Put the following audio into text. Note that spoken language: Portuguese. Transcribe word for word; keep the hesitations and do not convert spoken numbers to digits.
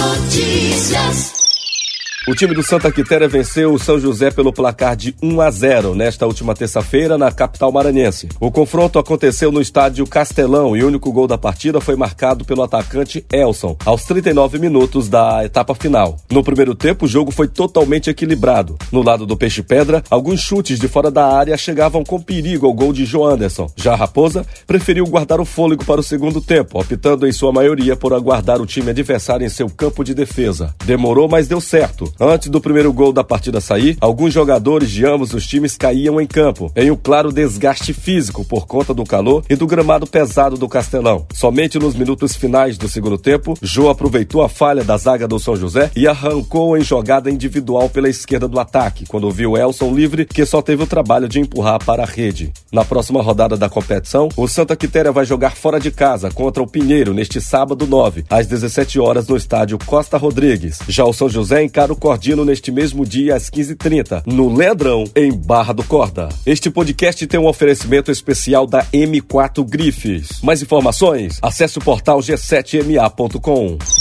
Notícias. O time do Santa Quitéria venceu o São José pelo placar de um a zero nesta última terça-feira na capital maranhense. O confronto aconteceu no estádio Castelão e o único gol da partida foi marcado pelo atacante Elson, aos trinta e nove minutos da etapa final. No primeiro tempo, o jogo foi totalmente equilibrado. No lado do Peixe Pedra, alguns chutes de fora da área chegavam com perigo ao gol de Joanderson. Já a Raposa preferiu guardar o fôlego para o segundo tempo, optando em sua maioria por aguardar o time adversário em seu campo de defesa. Demorou, mas deu certo. Antes do primeiro gol da partida sair, alguns jogadores de ambos os times caíam em campo, em um claro desgaste físico por conta do calor e do gramado pesado do Castelão. Somente nos minutos finais do segundo tempo, Jô aproveitou a falha da zaga do São José e arrancou em jogada individual pela esquerda do ataque, quando viu Elson livre, que só teve o trabalho de empurrar para a rede. Na próxima rodada da competição, o Santa Quitéria vai jogar fora de casa contra o Pinheiro neste sábado nove, às dezessete horas no estádio Costa Rodrigues. Já o São José encara o Cordino neste mesmo dia às quinze e trinta, no Leandrão, em Barra do Corda. Este podcast tem um oferecimento especial da M quatro Grifes. Mais informações? Acesse o portal G sete M A ponto com.